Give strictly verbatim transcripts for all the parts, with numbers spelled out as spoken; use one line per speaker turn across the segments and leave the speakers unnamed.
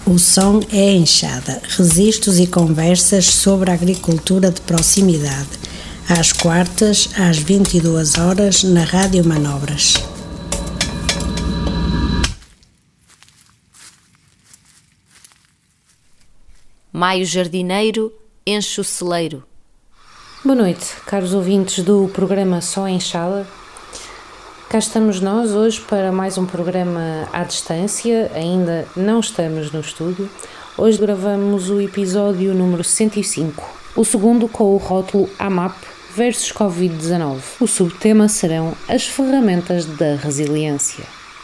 O som é a enxada, registros e conversas sobre a agricultura de proximidade, às quartas, às vinte e duas horas, na Rádio Manobras.
Maio jardineiro, enche o celeiro.
Boa noite, caros ouvintes do programa Só Enxada. Cá estamos nós hoje para mais um programa à distância, ainda não estamos no estúdio. Hoje gravamos o episódio número cento e cinco, o segundo com o rótulo A M A P versus covid dezanove. O subtema serão as ferramentas da resiliência.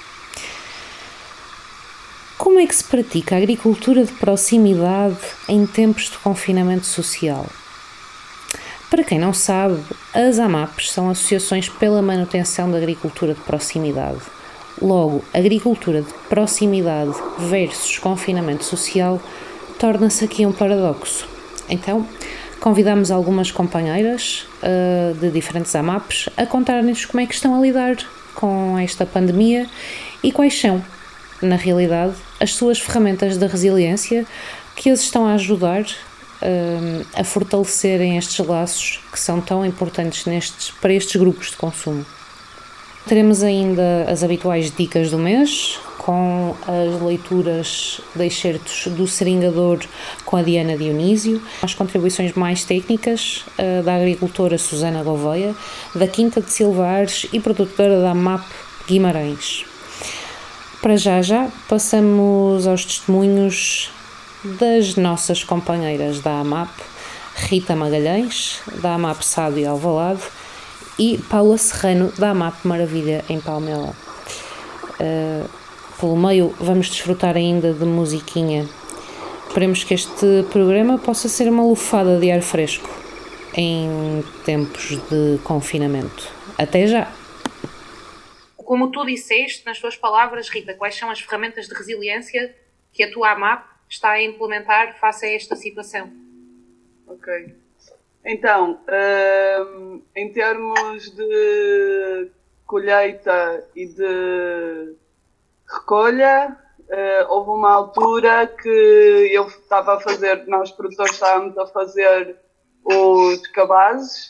Como é que se pratica a agricultura de proximidade em tempos de confinamento social? Para quem não sabe, as A M A Ps são associações pela manutenção da agricultura de proximidade. Logo, agricultura de proximidade versus confinamento social torna-se aqui um paradoxo. Então, convidamos algumas companheiras uh, de diferentes A M A Ps a contar-nos como é que estão a lidar com esta pandemia e quais são, na realidade, as suas ferramentas de resiliência que as estão a ajudar a fortalecerem estes laços que são tão importantes nestes, para estes grupos de consumo. Teremos ainda as habituais dicas do mês, com as leituras de excertos do Seringador com a Diana Dionísio, as contribuições mais técnicas uh, da agricultora Susana Gouveia, da Quinta de Silvares e produtora da A M A P Guimarães. Para já já, passamos aos testemunhos das nossas companheiras da A M A P, Rita Magalhães, da A M A P Sado e Alvalade, e Paula Serrano, da A M A P Maravilha, em Palmela. Uh, pelo meio, vamos desfrutar ainda de musiquinha. Esperemos que este programa possa ser uma lufada de ar fresco em tempos de confinamento. Até já!
Como tu disseste, nas tuas palavras, Rita, quais são as ferramentas de resiliência que a tua A M A P está a implementar face a esta situação?
Ok. Então, um, em termos de colheita e de recolha, uh, houve uma altura que eu estava a fazer, nós produtores estávamos a fazer os cabazes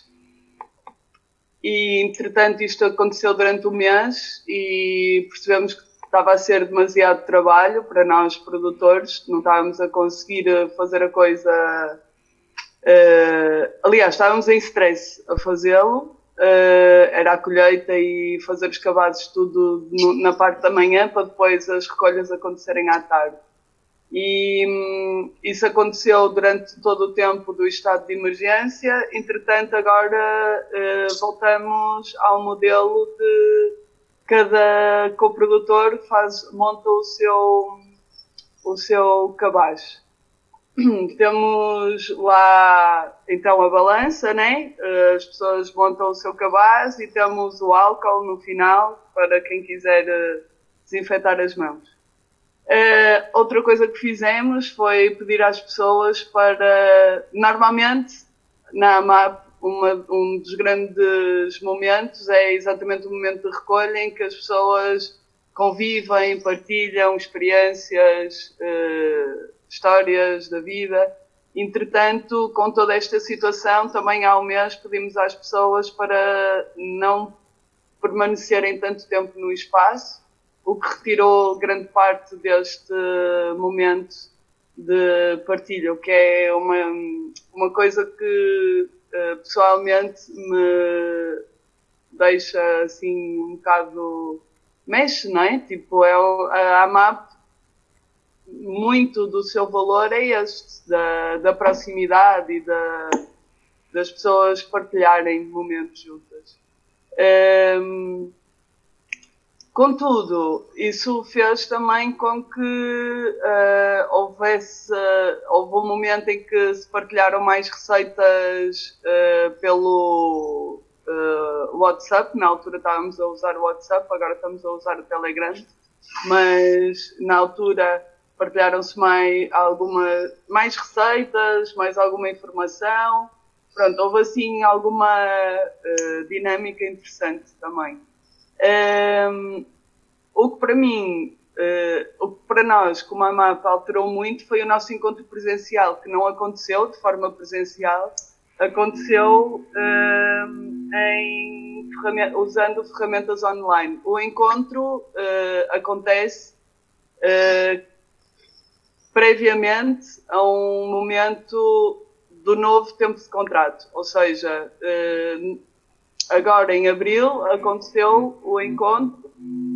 e, entretanto, isto aconteceu durante o mês e percebemos que estava a ser demasiado trabalho para nós produtores, não estávamos a conseguir fazer a coisa... Uh, aliás, estávamos em stress a fazê-lo, uh, era a colheita e fazer os cabazes tudo no, na parte da manhã para depois as recolhas acontecerem à tarde. E um, isso aconteceu durante todo o tempo do estado de emergência, entretanto agora uh, voltamos ao modelo de cada coprodutor faz, monta o seu, o seu cabaz. Temos lá então a balança, né? As pessoas montam o seu cabaz e temos o álcool no final para quem quiser desinfetar as mãos. Uh, outra coisa que fizemos foi pedir às pessoas para, normalmente na A M A P, Uma, um dos grandes momentos é exatamente o momento de recolha em que as pessoas convivem, partilham experiências, uh, histórias da vida. Entretanto, com toda esta situação, também há um mês pedimos às pessoas para não permanecerem tanto tempo no espaço, o que retirou grande parte deste momento de partilha, o que é uma, uma coisa que Uh, pessoalmente me deixa assim um bocado, mexe, não é? Tipo, é o, a A M A P, muito do seu valor é este, da, da proximidade e da, das pessoas partilharem momentos juntas. Um, Contudo, isso fez também com que uh, houvesse, uh, houve um momento em que se partilharam mais receitas uh, pelo uh, WhatsApp. Na altura estávamos a usar o WhatsApp, agora estamos a usar o Telegram, mas na altura partilharam-se mais, alguma, mais receitas, mais alguma informação. Pronto, houve assim alguma uh, dinâmica interessante também. Um, o que para mim Uh, o que para nós, como a AMAP, alterou muito foi o nosso encontro presencial, que não aconteceu de forma presencial, aconteceu uh, em ferramenta, usando ferramentas online. O encontro uh, acontece uh, previamente a um momento do novo tempo de contrato, ou seja, uh, agora em abril aconteceu o encontro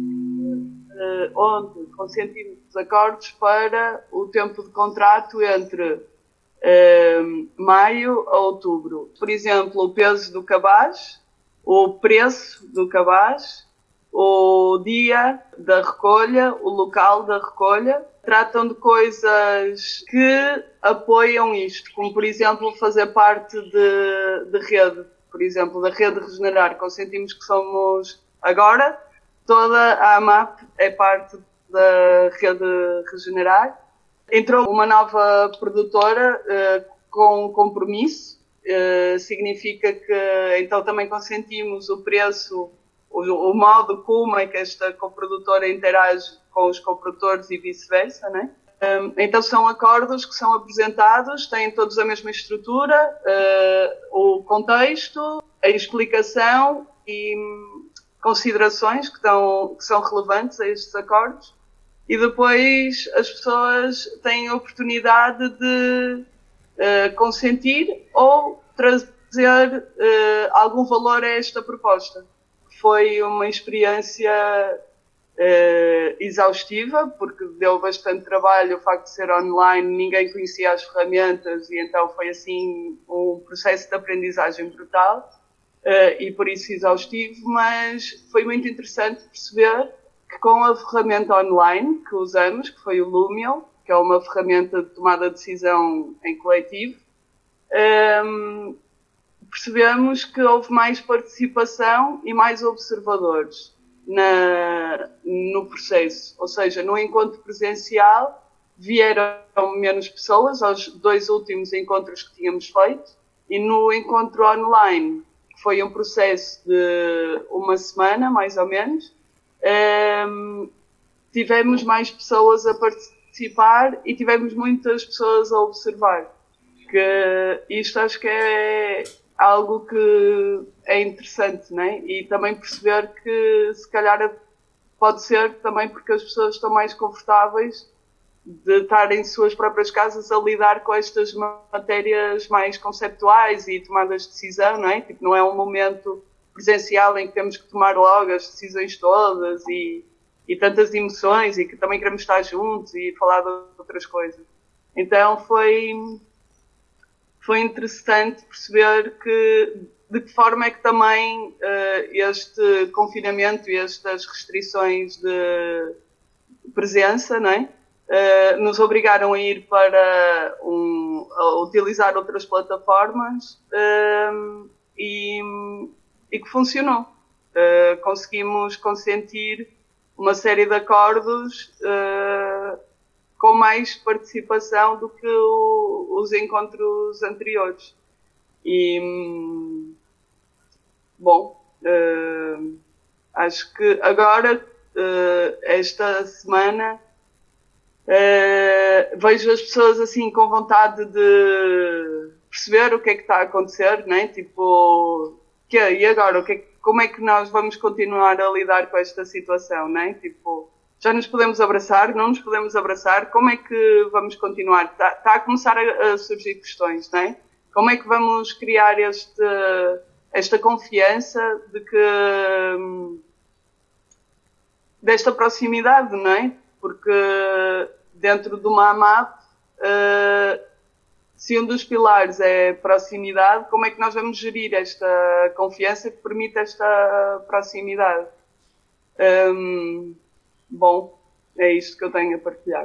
uh, onde consentimos os acordos para o tempo de contrato entre uh, maio a outubro. Por exemplo, o peso do cabaz, o preço do cabaz, o dia da recolha, o local da recolha. Tratam de coisas que apoiam isto, como por exemplo fazer parte de, de rede, por exemplo, da rede Regenerar. Consentimos que somos agora, toda a AMAP é parte da rede Regenerar. Entrou uma nova produtora uh, com compromisso, uh, significa que então também consentimos o preço, o, o modo como é que esta coprodutora interage com os coprodutores e vice-versa, né? Um, então são acordos que são apresentados, têm todos a mesma estrutura, uh, o contexto, a explicação e um, considerações que, estão, que são relevantes a estes acordos, e depois as pessoas têm a oportunidade de uh, consentir ou trazer uh, algum valor a esta proposta. Foi uma experiência Uh, exaustiva, porque deu bastante trabalho o facto de ser online, ninguém conhecia as ferramentas e então foi assim um processo de aprendizagem brutal uh, e por isso exaustivo, mas foi muito interessante perceber que com a ferramenta online que usamos, que foi o Lumio, que é uma ferramenta de tomada de decisão em coletivo, um, percebemos que houve mais participação e mais observadores Na, no processo, ou seja, no encontro presencial vieram menos pessoas aos dois últimos encontros que tínhamos feito, e no encontro online, que foi um processo de uma semana mais ou menos, um, tivemos mais pessoas a participar e tivemos muitas pessoas a observar, que isto acho que é algo que é interessante, né? E também perceber que se calhar pode ser também porque as pessoas estão mais confortáveis de estar em suas próprias casas a lidar com estas matérias mais conceptuais e tomadas de decisão, não é? Tipo, não é um momento presencial em que temos que tomar logo as decisões todas e, e tantas emoções e que também queremos estar juntos e falar de outras coisas. Então foi... Foi interessante perceber que, de que forma é que também uh, este confinamento e estas restrições de presença, não é? uh, nos obrigaram a ir para um, a utilizar outras plataformas uh, e, e que funcionou. Uh, conseguimos consentir uma série de acordos uh, com mais participação do que o, os encontros anteriores. E, bom, uh, acho que agora, uh, esta semana, uh, vejo as pessoas assim com vontade de perceber o que é que está a acontecer, né? Tipo, que, e agora, o que é, como é que nós vamos continuar a lidar com esta situação, né? Tipo, já nos podemos abraçar, não nos podemos abraçar, como é que vamos continuar? Está, está a começar a, a surgir questões, não é? Como é que vamos criar este, esta confiança de que, desta proximidade, não é? Porque dentro de uma AMAP, uh, se um dos pilares é proximidade, como é que nós vamos gerir esta confiança que permite esta proximidade? Um, Bom, é isto que eu tenho a partilhar.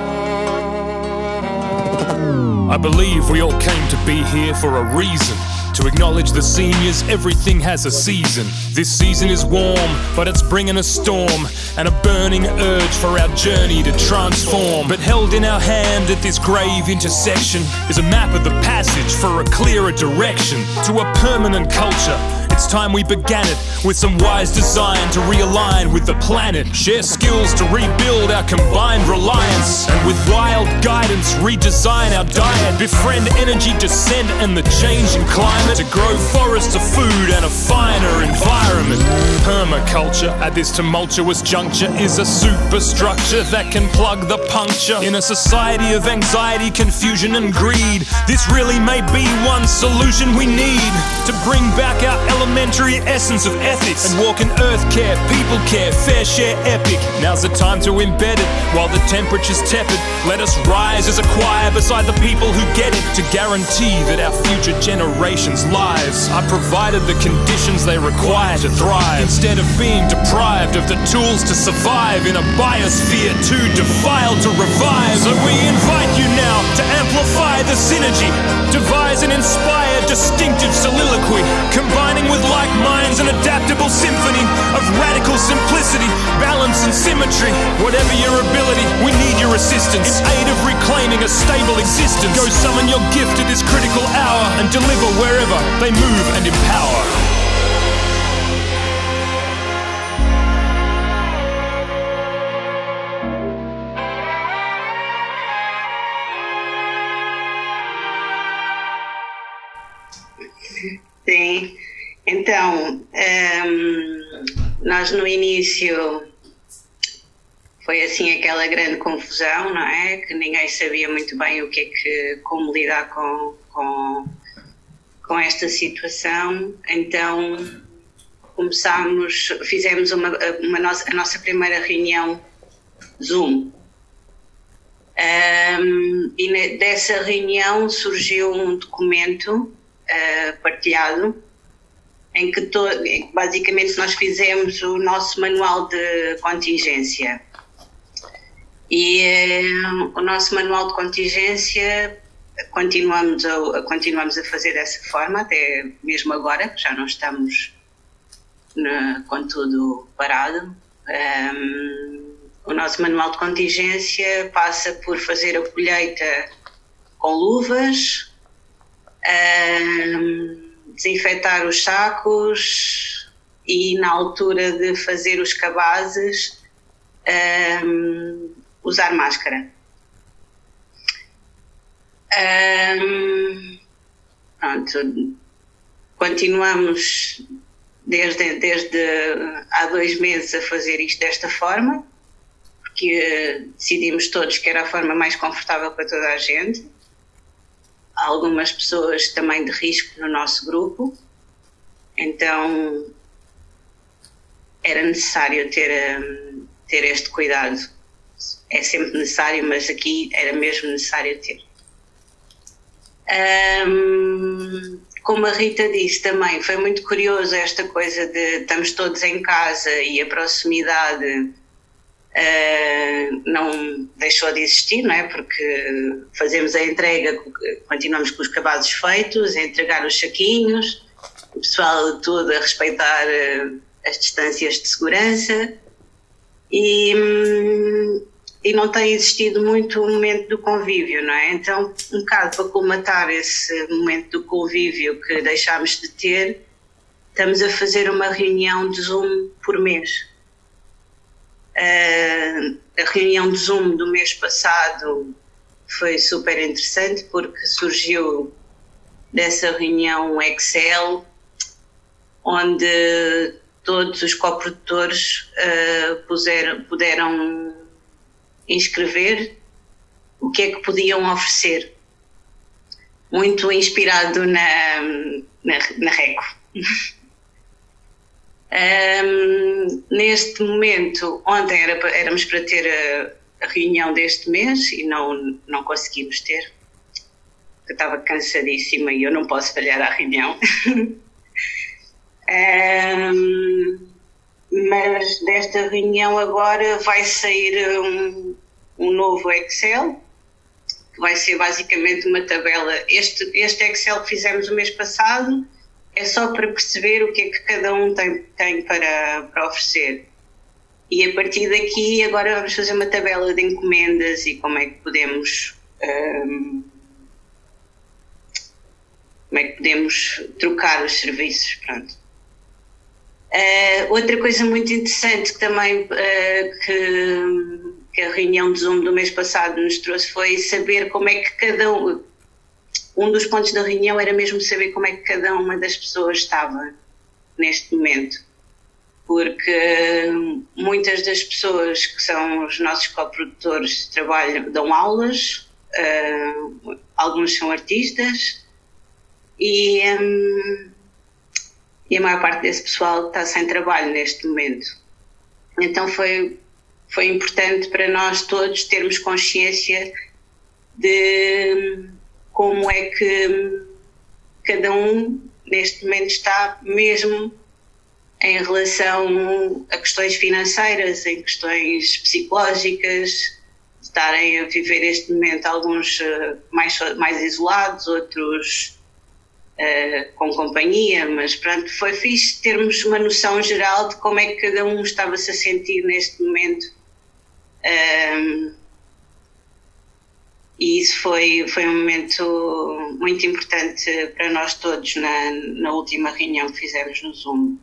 I believe we all came to be here for a reason. To acknowledge the seniors, everything has a season. This season is warm, but it's bringing a storm and a burning urge for our journey to transform. But held in our hand at this grave intersection is a map of the passage for a clearer direction to a permanent culture. It's time we began it with some wise design to realign with the planet. Share skills to rebuild our combined reliance, and with wild guidance redesign our diet. Befriend energy descent and the changing climate to grow forests of food and a finer environment. Permaculture at this tumultuous juncture is a superstructure that can plug the puncture in a society of anxiety, confusion and greed. This really may be one solution we need to bring back our elementary essence of ethics and walk in earth care, people care, fair share epic. Now's the time to embed it while the temperature's tepid. Let us rise as a choir beside the people who get it, to guarantee that our future generations' lives are provided the conditions they require to thrive, instead of being deprived of the tools to survive in a biosphere too defiled to revive. So we invite you now to amplify the synergy, devise an inspired distinctive soliloquy, combining with like minds an adaptable symphony of radical simplicity, balance and symmetry. Whatever your ability, we need your assistance in aid of reclaiming a stable existence. Go summon your gift at this critical hour and deliver wherever they move and empower.
Sim, então, um, nós no início foi assim aquela grande confusão, não é? Que ninguém sabia muito bem o que é que, como lidar com, com, com esta situação. Então começámos, fizemos uma, uma nossa, a nossa primeira reunião Zoom. Um, e dessa reunião surgiu um documento Uh, partilhado, em que, to- em que basicamente nós fizemos o nosso manual de contingência. E uh, o nosso manual de contingência continuamos a, continuamos a fazer dessa forma, até mesmo agora, que já não estamos na, com tudo parado. Um, o nosso manual de contingência passa por fazer a colheita com luvas, Um, desinfetar os sacos e, na altura de fazer os cabazes, um, usar máscara. Um, pronto, continuamos desde, desde há dois meses a fazer isto desta forma, porque decidimos todos que era a forma mais confortável para toda a gente. Há algumas pessoas também de risco no nosso grupo, então era necessário ter, um, ter este cuidado. É sempre necessário, mas aqui era mesmo necessário ter. Um, como a Rita disse também, foi muito curioso esta coisa de estamos todos em casa e a proximidade Uh, não deixou de existir, não é? Porque fazemos a entrega, continuamos com os cabazes feitos, a entregar os saquinhos, o pessoal todo a respeitar uh, as distâncias de segurança e, um, e não tem existido muito o momento do convívio, não é? Então, um bocado para colmatar esse momento do convívio que deixámos de ter, estamos a fazer uma reunião de Zoom por mês. Uh, a reunião de Zoom do mês passado foi super interessante porque surgiu dessa reunião um Excel onde todos os coprodutores uh, puseram, puderam inscrever o que é que podiam oferecer, muito inspirado na, na, na Reco. Um, neste momento, ontem era, éramos para ter a, a reunião deste mês e não, não conseguimos ter. Eu estava cansadíssima e eu não posso falhar à reunião. um, mas desta reunião agora vai sair um, um novo Excel que vai ser basicamente uma tabela. Este, este Excel que fizemos o mês passado é só para perceber o que é que cada um tem, tem para, para oferecer. E a partir daqui agora vamos fazer uma tabela de encomendas e como é que podemos um, como é que podemos trocar os serviços, pronto. Uh, outra coisa muito interessante que também uh, que, que a reunião de Zoom do mês passado nos trouxe foi saber como é que cada um, um dos pontos da reunião era mesmo saber como é que cada uma das pessoas estava neste momento, porque muitas das pessoas que são os nossos coprodutores trabalham, dão aulas, uh, alguns são artistas e, um, e a maior parte desse pessoal está sem trabalho neste momento. Então foi, foi importante para nós todos termos consciência de como é que cada um neste momento está mesmo em relação a questões financeiras, em questões psicológicas, estarem a viver este momento alguns uh, mais, mais isolados, outros uh, com companhia, mas pronto, foi fixe termos uma noção geral de como é que cada um estava-se a sentir neste momento. Um, e isso foi, foi um momento muito importante para nós todos na, na última reunião que fizemos no Zoom.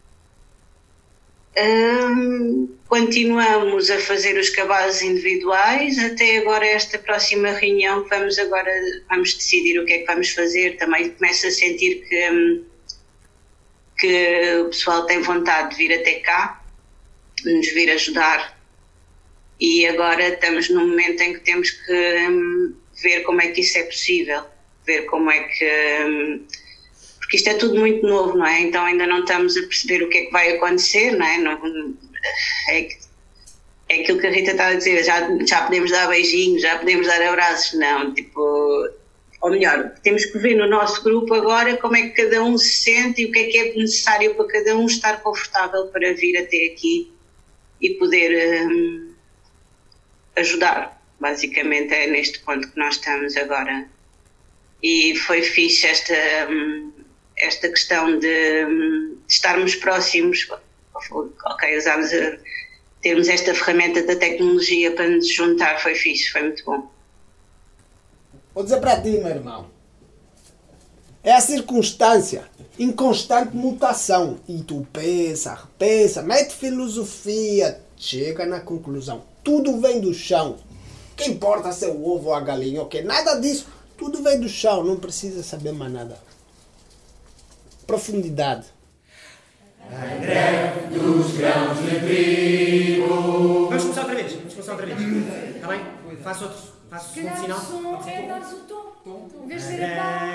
Um, continuamos a fazer os cabazes individuais até agora esta próxima reunião que vamos agora vamos decidir o que é que vamos fazer. Também começo a sentir que, um, que o pessoal tem vontade de vir até cá, de nos vir ajudar, e agora estamos num momento em que temos que um, ver como é que isso é possível, ver como é que um, porque isto é tudo muito novo, não é? Então ainda não estamos a perceber o que é que vai acontecer, não é? Não, é, é aquilo que a Rita estava a dizer, já, já podemos dar beijinhos, já podemos dar abraços, não, tipo, ou melhor, temos que ver no nosso grupo agora como é que cada um se sente e o que é que é necessário para cada um estar confortável para vir até aqui e poder um, ajudar. Basicamente é neste ponto que nós estamos agora. E foi fixe esta... Um, esta questão de, de estarmos próximos, ok, usámos a, termos esta ferramenta da tecnologia para nos juntar, foi fixe, foi muito bom.
Vou dizer para ti, meu irmão, é a circunstância em constante mutação, e tu pensa, repensa, mete filosofia, chega na conclusão, tudo vem do chão, o que importa se é o ovo ou a galinha, ok, nada disso, tudo vem do chão, não precisa saber mais nada. Profundidade.
A greve dos grãos de trigo.
Vamos começar outra vez, vamos começar outra vez. Está bem? Faço outro, faço o segundo sinal.
Som, é dar o tom, em vez de ser a pá.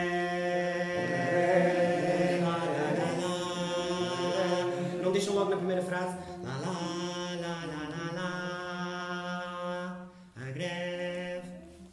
Não deixam logo na primeira frase. Lá, lá, lá, lá, lá, lá. A greve.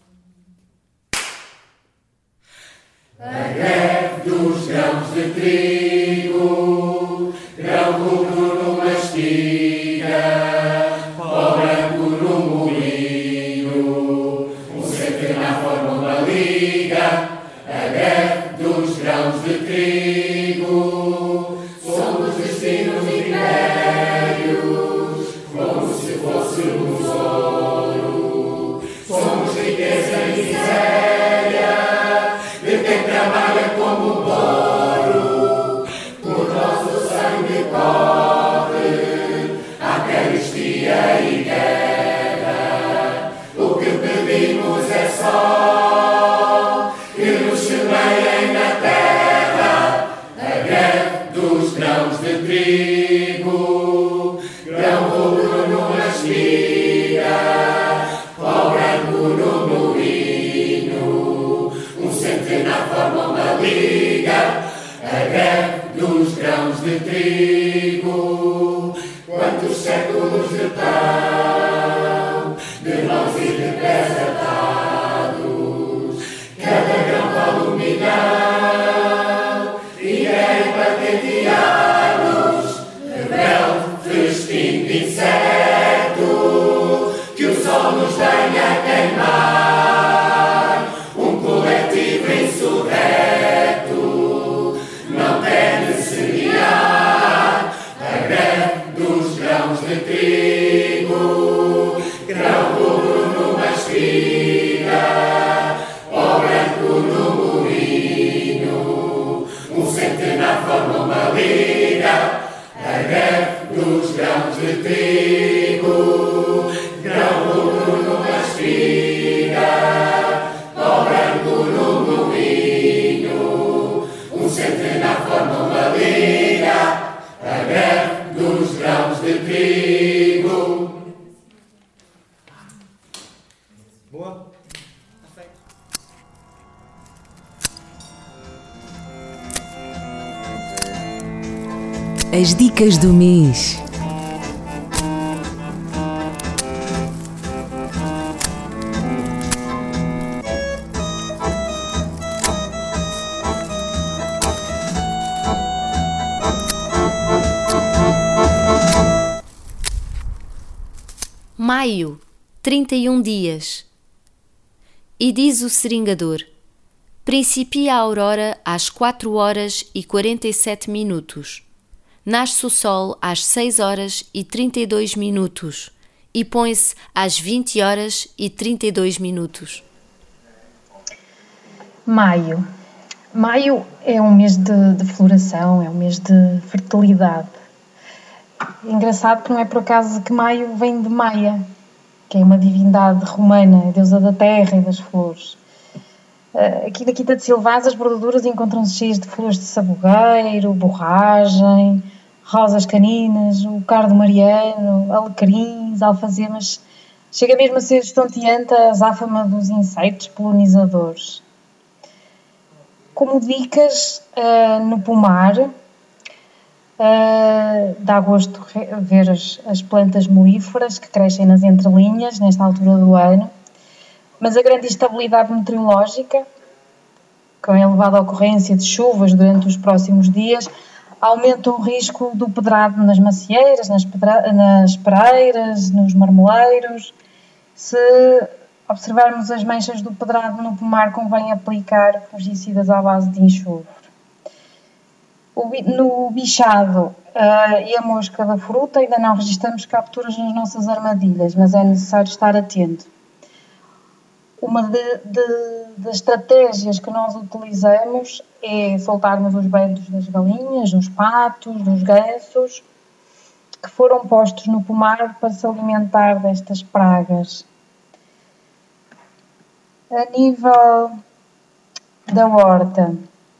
A greve dos grãos de trigo, grão rubro numa espiga, pó branco no moinho, um centro na forma uma liga. A greve dos grãos de trigo, somos destinos impérios, como se fôssemos ouro, somos riqueza e miséria. De quem trabalha como boro, por nosso sangue corre a carestia e guerra. O que pedimos é só que nos semeiem na terra. A greve dos grãos de trigo, grão rubro numa espiga, pó branco no moinho, um centenar forma uma liga. A greve dos grãos de trigo, quantos séculos de pão, de mãos e de pés atados, cada grão vale um milhão, e querem patentear-nos, rebelde festim de inseto, que o sol nos venha queimar. trigo, grão rubro numa espiga, pó branco no moinho, um centenar forma uma liga, a greve dos grãos de trigo, grão rubro numa espiga, pó branco no moinho, um centenar forma uma liga, a greve dos grãos de trigo.
Boa.
As dicas do mês.
Maio, trinta e um dias. E diz o seringador: principia a aurora às quatro horas e quarenta e sete minutos. Nasce o sol às seis horas e trinta e dois minutos e põe-se às vinte horas e trinta e dois minutos.
Maio. Maio é um mês de, de floração, é um mês de fertilidade. Engraçado que não é por acaso que Maio vem de Maia, que é uma divindade romana, deusa da terra e das flores. Aqui na Quinta de Silvaz as bordaduras encontram-se cheias de flores de sabugueiro, borragem, rosas caninas, o cardo mariano, alecrins, alfazemas. Chega mesmo a ser estonteante a azáfama dos insetos polinizadores. Como dicas, uh, no pomar, uh, dá gosto ver as, as plantas melíferas que crescem nas entrelinhas nesta altura do ano, mas a grande instabilidade meteorológica, com a elevada ocorrência de chuvas durante os próximos dias, aumenta o risco do pedrado nas macieiras, nas, pedra... nas pereiras, nos marmoleiros. Se observarmos as manchas do pedrado no pomar, convém aplicar fungicidas à base de enxofre. No bichado uh, e a mosca da fruta ainda não registramos capturas nas nossas armadilhas, mas é necessário estar atento. Uma de, de, das estratégias que nós utilizamos é soltarmos os bentos das galinhas, dos patos, dos gansos, que foram postos no pomar para se alimentar destas pragas. A nível da horta,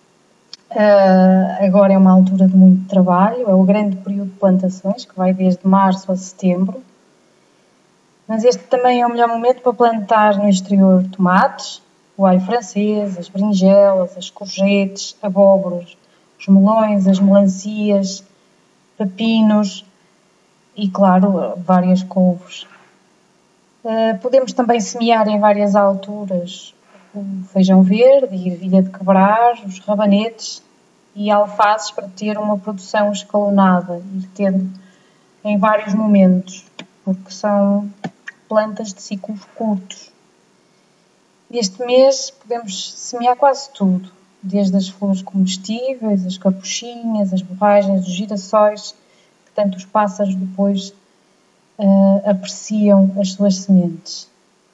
agora é uma altura de muito trabalho, é o grande período de plantações, que vai desde março a setembro. Mas este também é o melhor momento para plantar no exterior tomates, o alho francês, as berinjelas, as courgettes, abóboras, os melões, as melancias, pepinos e, claro, várias couves. Uh, podemos também semear em várias alturas o feijão verde e ervilha de quebrar, os rabanetes e alfaces para ter uma produção escalonada, ir tendo em vários momentos, porque são plantas de ciclos curtos. Este mês podemos semear quase tudo, desde as flores comestíveis, as capuchinhas, as borragens, os girassóis, que tanto os pássaros depois uh, apreciam as suas sementes.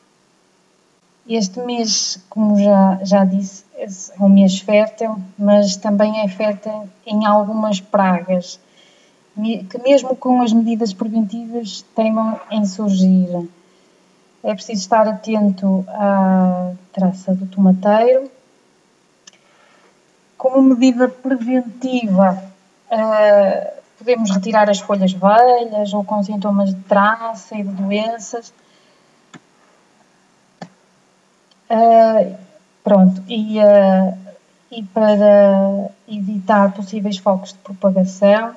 Este mês, como já, já disse, é um mês fértil, mas também é fértil em algumas pragas, que mesmo com as medidas preventivas teimam em surgir. É preciso estar atento à traça do tomateiro. Como medida preventiva, uh, podemos retirar as folhas velhas ou com sintomas de traça e de doenças. Uh, pronto, e, uh, e para evitar possíveis focos de propagação,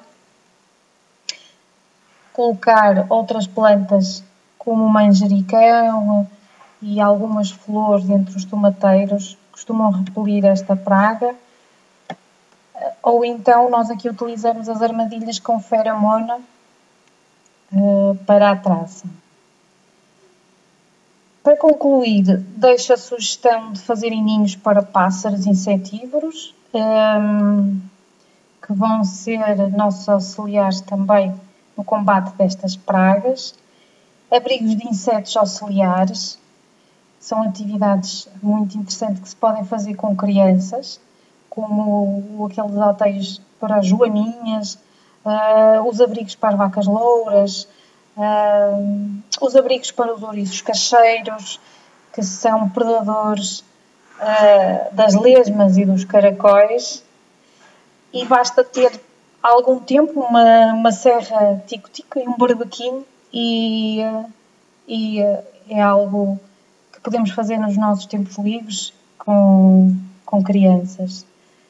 colocar outras plantas como o manjericão e algumas flores entre os tomateiros costumam repelir esta praga, ou então nós aqui utilizamos as armadilhas com feromona uh, para a traça. Para concluir, deixo a sugestão de fazerem ninhos para pássaros insetívoros, um, que vão ser nossos auxiliares também no combate destas pragas, abrigos de insetos auxiliares. São atividades muito interessantes que se podem fazer com crianças, como aqueles hotéis para as joaninhas, uh, os abrigos para as vacas louras, uh, os abrigos para os ouriços cacheiros, que são predadores uh, das lesmas e dos caracóis. E basta ter algum tempo uma, uma serra tico-tico e um barbequinho e, e é algo que podemos fazer nos nossos tempos livres com, com crianças.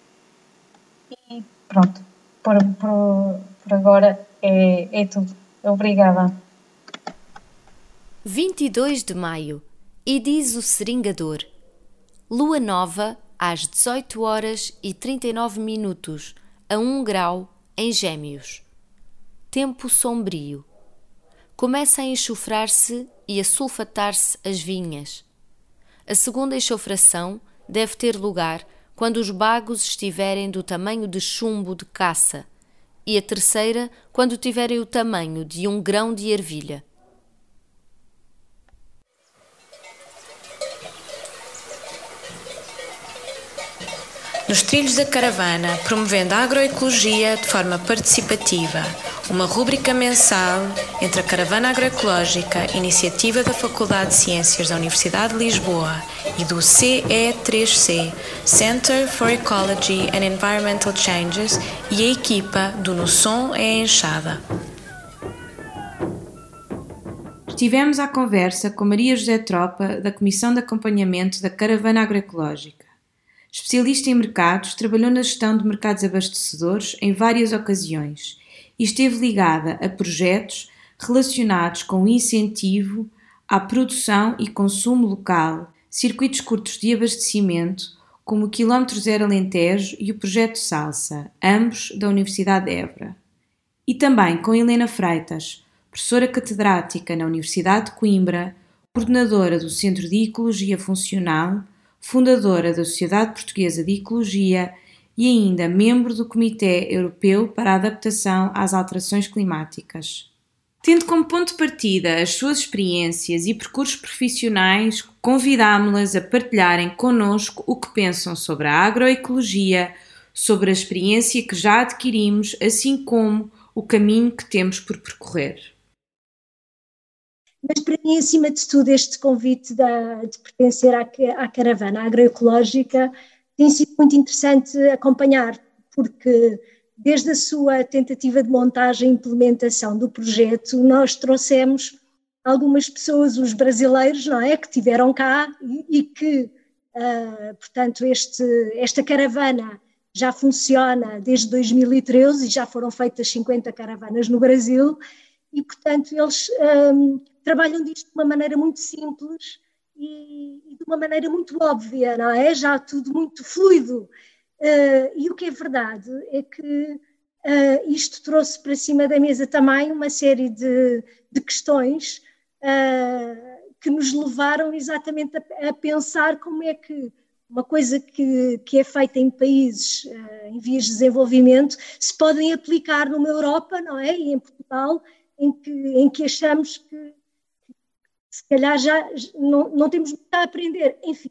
E pronto, por, por, por agora é, é tudo. Obrigada.
vinte e dois de maio. E diz o seringador. Lua nova às dezoito horas e trinta e nove minutos, a um grau, em Gêmeos. Tempo sombrio. Começa a enxofrar-se e a sulfatar-se as vinhas. A segunda enxofração deve ter lugar quando os bagos estiverem do tamanho de chumbo de caça, e a terceira quando tiverem o tamanho de um grão de ervilha.
Nos trilhos da caravana, promovendo a agroecologia de forma participativa, uma rúbrica mensal entre a Caravana Agroecológica, iniciativa da Faculdade de Ciências da Universidade de Lisboa e do C E três C, Center for Ecology and Environmental Changes, e a equipa do No Som é a Enxada.
Estivemos à conversa com Maria José Tropa, da Comissão de Acompanhamento da Caravana Agroecológica. Especialista em mercados, trabalhou na gestão de mercados abastecedores em várias ocasiões e esteve ligada a projetos relacionados com o incentivo à produção e consumo local, circuitos curtos de abastecimento, como o Quilómetro Zero Alentejo e o Projeto Salsa, ambos da Universidade de Évora. E também com Helena Freitas, professora catedrática na Universidade de Coimbra, coordenadora do Centro de Ecologia Funcional, fundadora da Sociedade Portuguesa de Ecologia e ainda membro do Comitê Europeu para a Adaptação às Alterações Climáticas. Tendo como ponto de partida as suas experiências e percursos profissionais, convidámo-las a partilharem connosco o que pensam sobre a agroecologia, sobre a experiência que já adquirimos, assim como o caminho que temos por percorrer.
Mas para mim, acima de tudo, este convite da, de pertencer à, à caravana agroecológica tem sido muito interessante acompanhar, porque desde a sua tentativa de montagem e implementação do projeto, nós trouxemos algumas pessoas, os brasileiros, não é, que tiveram cá e, e que, uh, portanto, este, esta caravana já funciona desde dois mil e treze e já foram feitas cinquenta caravanas no Brasil e, portanto, eles um, trabalham disto de uma maneira muito simples e, e de uma maneira muito óbvia, não é? Já tudo muito fluido. Uh, e o que é verdade é que uh, isto trouxe para cima da mesa também uma série de, de questões uh, que nos levaram exatamente a, a pensar como é que uma coisa que, que é feita em países uh, em vias de desenvolvimento se podem aplicar numa Europa, não é? E em Portugal, em que, em que achamos que se calhar já não, não temos muito a aprender. Enfim.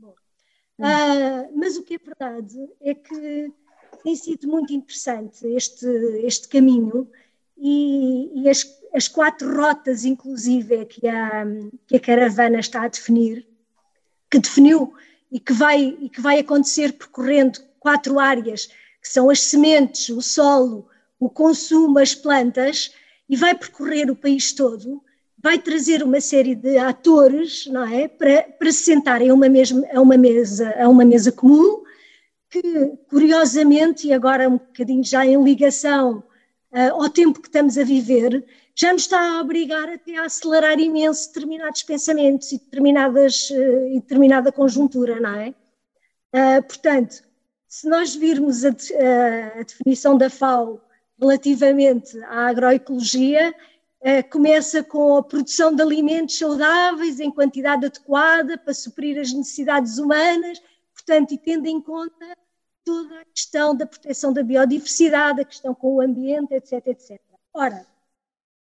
Uh, mas o que é verdade é que tem sido muito interessante este, este caminho e, e as, as quatro rotas, inclusive, que a, que a caravana está a definir, que definiu e que vai, e que vai acontecer percorrendo quatro áreas, que são as sementes, o solo, o consumo, as plantas, e vai percorrer o país todo. Vai trazer uma série de atores, não é, para, para se sentarem a uma, mesma, a, uma mesa, a uma mesa comum, que curiosamente, e agora um bocadinho já em ligação uh, ao tempo que estamos a viver, já nos está a obrigar até a acelerar imenso determinados pensamentos e, determinadas, uh, e determinada conjuntura, não é? Uh, portanto, se nós virmos a, a, a definição da F A O relativamente à agroecologia, Uh, começa com a produção de alimentos saudáveis em quantidade adequada para suprir as necessidades humanas, portanto, e tendo em conta toda a questão da proteção da biodiversidade, a questão com o ambiente, etc, etcétera. Ora,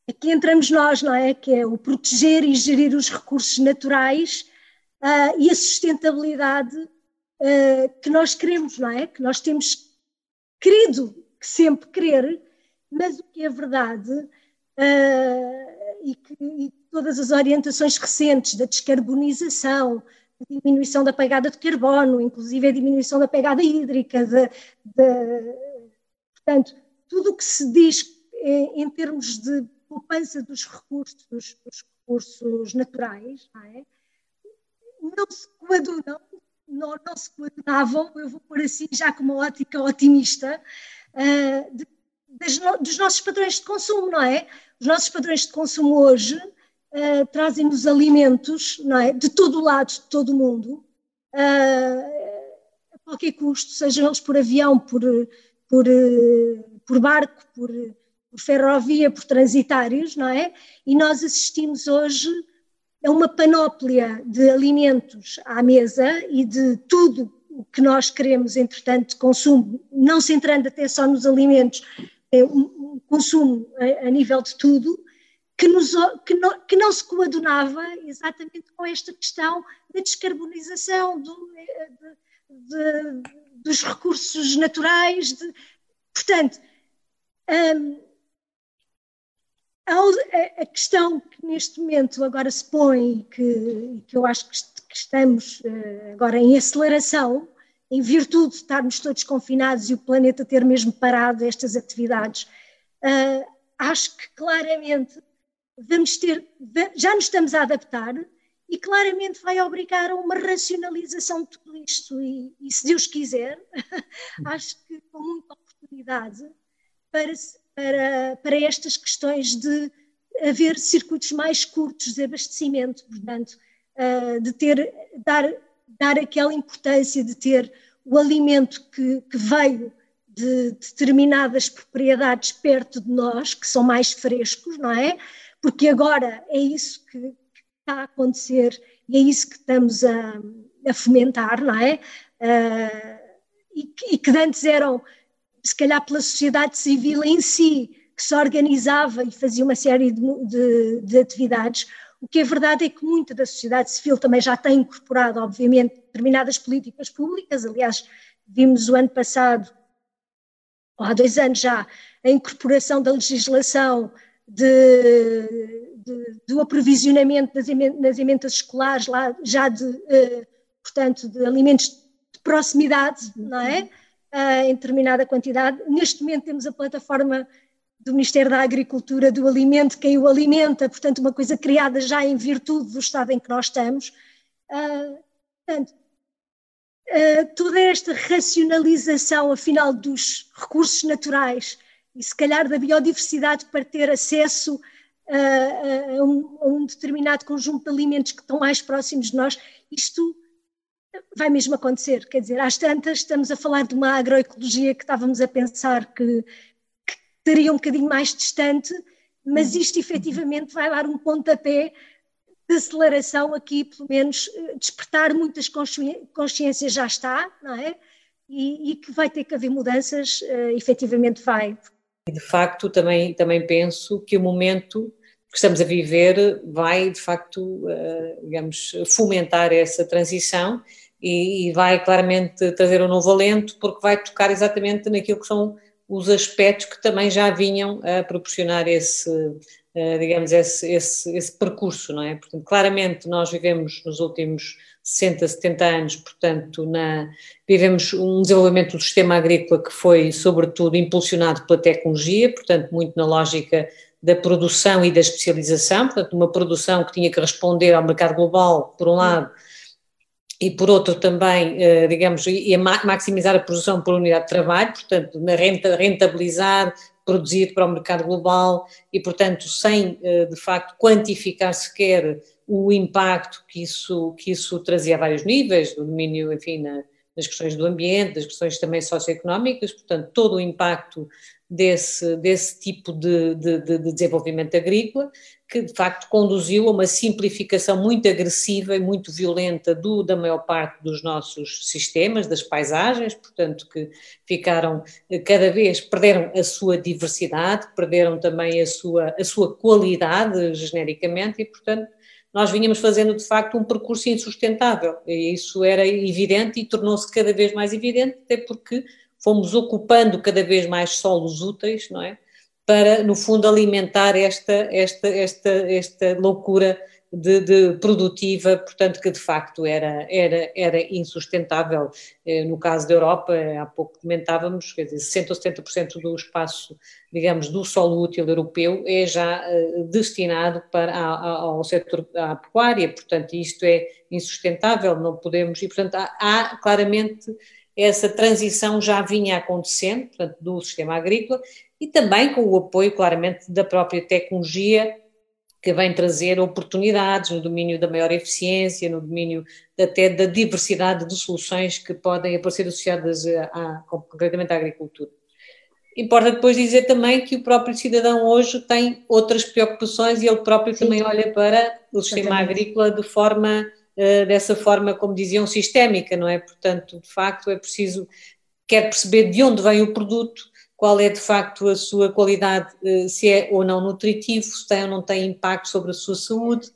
aqui entramos nós, não é? Que é o proteger e gerir os recursos naturais uh, e a sustentabilidade uh, que nós queremos, não é? Que nós temos querido sempre querer, mas o que é verdade uh, e, que, e todas as orientações recentes da descarbonização, da diminuição da pegada de carbono, inclusive a diminuição da pegada hídrica, de, de, portanto, tudo o que se diz em, em termos de poupança dos recursos, dos, dos recursos naturais, não é? Não se coadunam, não, não se coadunavam, eu vou pôr assim já com uma ótica otimista, uh, de, das, dos nossos padrões de consumo, não é? Os nossos padrões de consumo hoje uh, trazem-nos alimentos, não é? De todo o lado, de todo o mundo, uh, a qualquer custo, sejam eles por avião, por, por, por barco, por, por ferrovia, por transitários, não é? E nós assistimos hoje a uma panóplia de alimentos à mesa e de tudo o que nós queremos, entretanto, de consumo, não centrando até só nos alimentos, é um consumo a, a nível de tudo, que, nos, que, não, que não se coadunava exatamente com esta questão da descarbonização, do, de, de, dos recursos naturais. De, portanto, um, a, a questão que neste momento agora se põe, que, que eu acho que, que estamos uh, agora em aceleração, em virtude de estarmos todos confinados e o planeta ter mesmo parado estas atividades, uh, acho que claramente vamos ter, já nos estamos a adaptar e claramente vai obrigar a uma racionalização de tudo isto e, e se Deus quiser, acho que com muita oportunidade para, para, para estas questões de haver circuitos mais curtos de abastecimento, portanto, uh, de ter, dar, dar aquela importância de ter o alimento que, que veio de determinadas propriedades perto de nós, que são mais frescos, não é? Porque agora é isso que, que está a acontecer e é isso que estamos a, a fomentar, não é? Uh, e, que, e que antes eram, se calhar pela sociedade civil em si, que se organizava e fazia uma série de, de, de atividades. O que é verdade é que muita da sociedade civil também já tem incorporado, obviamente, determinadas políticas públicas. Aliás, vimos o ano passado, ou há dois anos já, a incorporação da legislação de, de, do aprovisionamento das, das emendas escolares, lá, já de, uh, portanto, de alimentos de proximidade, não é? Uh, em determinada quantidade. Neste momento temos a plataforma do Ministério da Agricultura, do alimento, quem o alimenta, portanto uma coisa criada já em virtude do estado em que nós estamos. Uh, portanto, uh, toda esta racionalização, afinal, dos recursos naturais e se calhar da biodiversidade para ter acesso uh, a, um, a um determinado conjunto de alimentos que estão mais próximos de nós, isto vai mesmo acontecer. Quer dizer, às tantas estamos a falar de uma agroecologia que estávamos a pensar que estaria um bocadinho mais distante, mas isto efetivamente vai dar um pontapé de aceleração aqui, pelo menos despertar muitas consci- consciências já está, não é? E, e que vai ter que haver mudanças, uh, efetivamente vai.
De facto, também, também penso que o momento que estamos a viver vai, de facto, uh, digamos, fomentar essa transição e, e vai claramente trazer um novo alento, porque vai tocar exatamente naquilo que são os aspectos que também já vinham a proporcionar esse, digamos, esse, esse, esse percurso, não é? Portanto, claramente nós vivemos nos últimos sessenta, setenta anos, portanto, na, vivemos um desenvolvimento do sistema agrícola que foi, sobretudo, impulsionado pela tecnologia, portanto, muito na lógica da produção e da especialização, portanto, uma produção que tinha que responder ao mercado global, por um lado, e por outro também, digamos, e a maximizar a produção por unidade de trabalho, portanto, na renta, rentabilizar, produzir para o mercado global e, portanto, sem, de facto, quantificar sequer o impacto que isso, que isso trazia a vários níveis, do domínio, enfim, na, nas questões do ambiente, das questões também socioeconómicas, portanto, todo o impacto desse, desse tipo de, de, de desenvolvimento agrícola, que de facto conduziu a uma simplificação muito agressiva e muito violenta do, da maior parte dos nossos sistemas, das paisagens, portanto que ficaram cada vez, perderam a sua diversidade, perderam também a sua, a sua qualidade genericamente e portanto nós vínhamos fazendo de facto um percurso insustentável e isso era evidente e tornou-se cada vez mais evidente, até porque fomos ocupando cada vez mais solos úteis, não é? Para, no fundo, alimentar esta, esta, esta, esta loucura de, de produtiva, portanto, que de facto era, era, era insustentável. No caso da Europa, há pouco comentávamos, quer dizer, sessenta ou setenta por cento do espaço, digamos, do solo útil europeu é já uh, destinado para, a, a, ao setor da pecuária, portanto, isto é insustentável, não podemos, e portanto há, há claramente essa transição já vinha acontecendo, portanto, do sistema agrícola, e também com o apoio, claramente, da própria tecnologia, que vem trazer oportunidades no domínio da maior eficiência, no domínio até da diversidade de soluções que podem aparecer associadas a, a, concretamente à agricultura. Importa depois dizer também que o próprio cidadão hoje tem outras preocupações e ele próprio Sim. também olha para o sistema Exatamente. agrícola de forma, dessa forma, como diziam, sistémica, não é? Portanto, de facto, é preciso, quer perceber de onde vem o produto, qual é de facto a sua qualidade, se é ou não nutritivo, se tem ou não tem impacto sobre a sua saúde,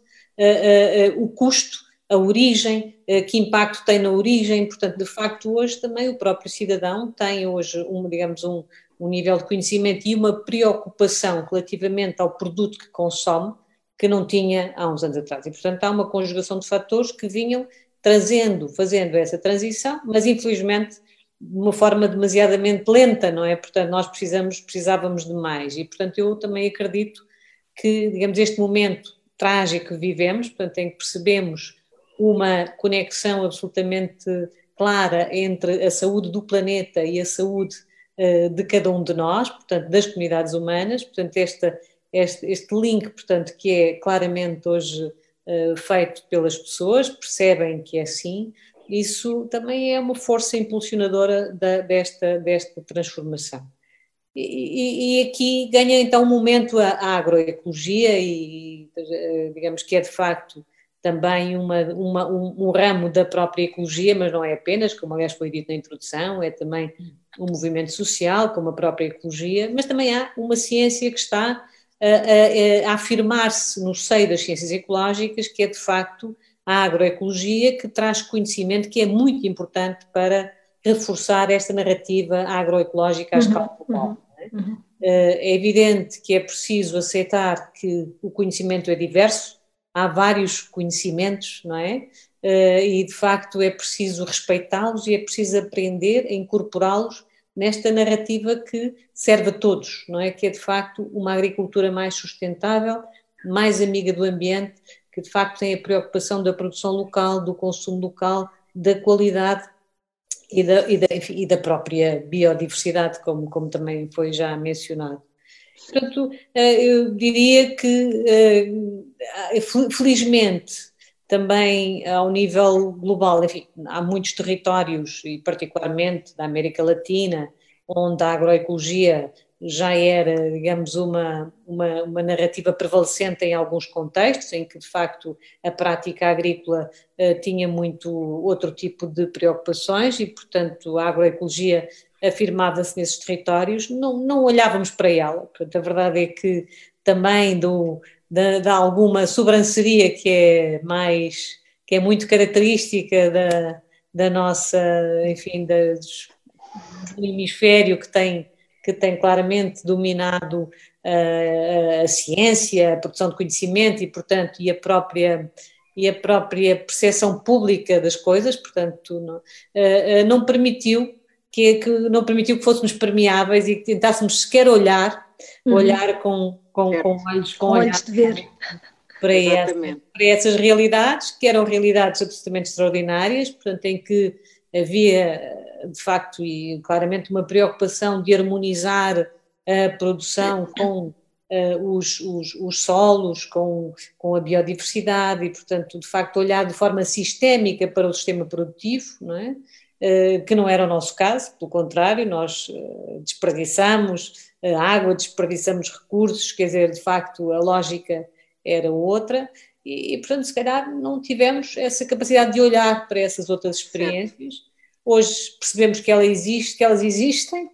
o custo, a origem, que impacto tem na origem, portanto, de facto, hoje também o próprio cidadão tem hoje, um, digamos, um, um nível de conhecimento e uma preocupação relativamente ao produto que consome, que não tinha há uns anos atrás. E, portanto, há uma conjugação de fatores que vinham trazendo, fazendo essa transição, mas infelizmente de uma forma demasiadamente lenta, não é? Portanto, nós precisamos, precisávamos de mais e, portanto, eu também acredito que, digamos, este momento trágico que vivemos, portanto, em que percebemos uma conexão absolutamente clara entre a saúde do planeta e a saúde uh, de cada um de nós, portanto, das comunidades humanas, portanto, esta, este, este link, portanto, que é claramente hoje uh, feito pelas pessoas, percebem que é assim. Isso também é uma força impulsionadora da, desta, desta transformação. E, e, e aqui ganha então um momento a, a agroecologia e digamos que é de facto também uma, uma, um, um ramo da própria ecologia, mas não é apenas, como aliás foi dito na introdução, é também um movimento social, como a própria ecologia, mas também há uma ciência que está a, a, a afirmar-se no seio das ciências ecológicas, que é de facto a agroecologia, que traz conhecimento que é muito importante para reforçar esta narrativa agroecológica à uhum, escala global. Uhum, uhum. É evidente que é preciso aceitar que o conhecimento é diverso, há vários conhecimentos, não é? E de facto é preciso respeitá-los e é preciso aprender a incorporá-los nesta narrativa que serve a todos, não é? Que é de facto uma agricultura mais sustentável, mais amiga do ambiente, que de facto tem a preocupação da produção local, do consumo local, da qualidade e da, e da, enfim, e da própria biodiversidade, como, como também foi já mencionado. Portanto, eu diria que, felizmente, também ao nível global, enfim, há muitos territórios, e particularmente da América Latina, onde a agroecologia já era, digamos, uma, uma, uma narrativa prevalecente em alguns contextos, em que, de facto, a prática agrícola uh, tinha muito outro tipo de preocupações e, portanto, a agroecologia afirmava-se nesses territórios, não, não olhávamos para ela. Portanto, a verdade é que também do, de, de alguma sobranceria que é mais, que é muito característica da, da nossa, enfim, das, do hemisfério que tem que tem claramente dominado uh, a ciência, a produção de conhecimento e, portanto, e a própria, e a própria percepção pública das coisas, portanto, não, uh, não, permitiu que, que, não permitiu que fôssemos permeáveis e que tentássemos sequer olhar, uhum. olhar com, com, com olhos, com
olhos de ver.
Para, essa, para essas realidades, que eram realidades absolutamente extraordinárias, portanto, em que havia, de facto, e claramente uma preocupação de harmonizar a produção com uh, os, os, os solos, com, com a biodiversidade e, portanto, de facto, olhar de forma sistémica para o sistema produtivo, não é? Uh, que não era o nosso caso, pelo contrário, nós uh, desperdiçamos uh, água, desperdiçamos recursos, quer dizer, de facto, a lógica era outra, e, e portanto se calhar não tivemos essa capacidade de olhar para essas outras experiências. Certo. Hoje percebemos que elas existem, que elas existem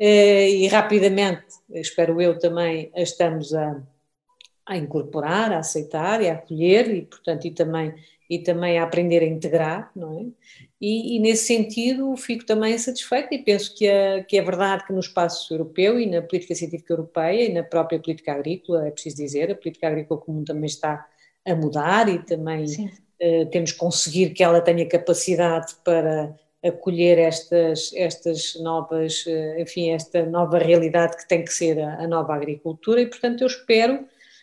e rapidamente, espero eu também, as estamos a, a incorporar, a aceitar e a acolher, e portanto e também, e também a aprender a integrar, não é? E, e nesse sentido fico também satisfeita e penso que, a, que é verdade que no espaço europeu e na política científica europeia e na própria política agrícola, é preciso dizer, a política agrícola comum também está a mudar e também uh, temos que conseguir que ela tenha capacidade para acolher estas, estas novas, uh, enfim, esta nova realidade que tem que ser a, a nova agricultura, e portanto eu espero